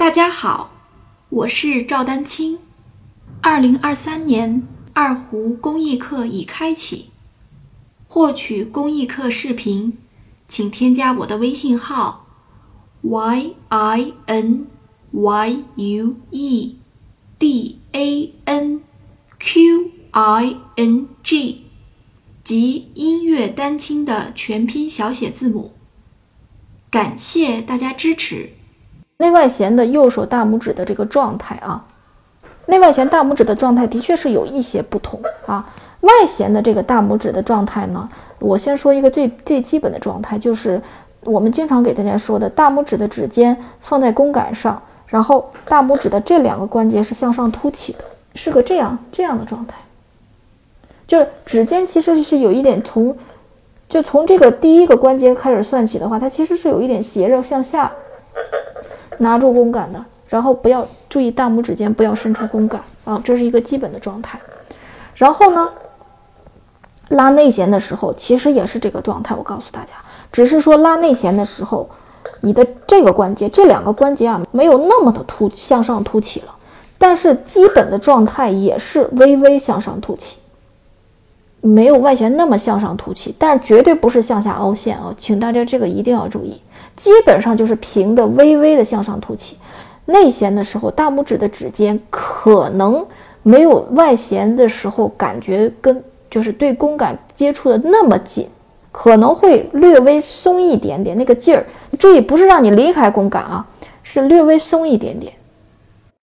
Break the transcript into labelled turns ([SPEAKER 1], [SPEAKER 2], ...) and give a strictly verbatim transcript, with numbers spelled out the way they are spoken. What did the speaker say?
[SPEAKER 1] 大家好，我是赵丹青。二零二三年二胡公益课已开启，获取公益课视频，请添加我的微信号 y i n y u e d a n q i n g， 即音乐丹青的全拼小写字母。感谢大家支持。
[SPEAKER 2] 内外弦的右手大拇指的这个状态啊，内外弦大拇指的状态的确是有一些不同啊。外弦的这个大拇指的状态呢，我先说一个最最基本的状态，就是我们经常给大家说的，大拇指的指尖放在弓杆上，然后大拇指的这两个关节是向上凸起的，是个这样这样的状态。就指尖其实是有一点从，就从这个第一个关节开始算起的话，它其实是有一点斜着向下拿住弓杆的，然后不要注意大拇指尖不要伸出弓杆啊，这是一个基本的状态。然后呢，拉内弦的时候其实也是这个状态，我告诉大家，只是说拉内弦的时候，你的这个关节这两个关节啊没有那么的凸向上凸起了，但是基本的状态也是微微向上凸起，没有外弦那么向上凸起，但绝对不是向下凹陷啊，请大家这个一定要注意。基本上就是平的微微的向上凸起。内弦的时候，大拇指的指尖可能没有外弦的时候感觉跟就是对弓杆接触的那么紧，可能会略微松一点点那个劲儿。注意，不是让你离开弓杆啊，是略微松一点点。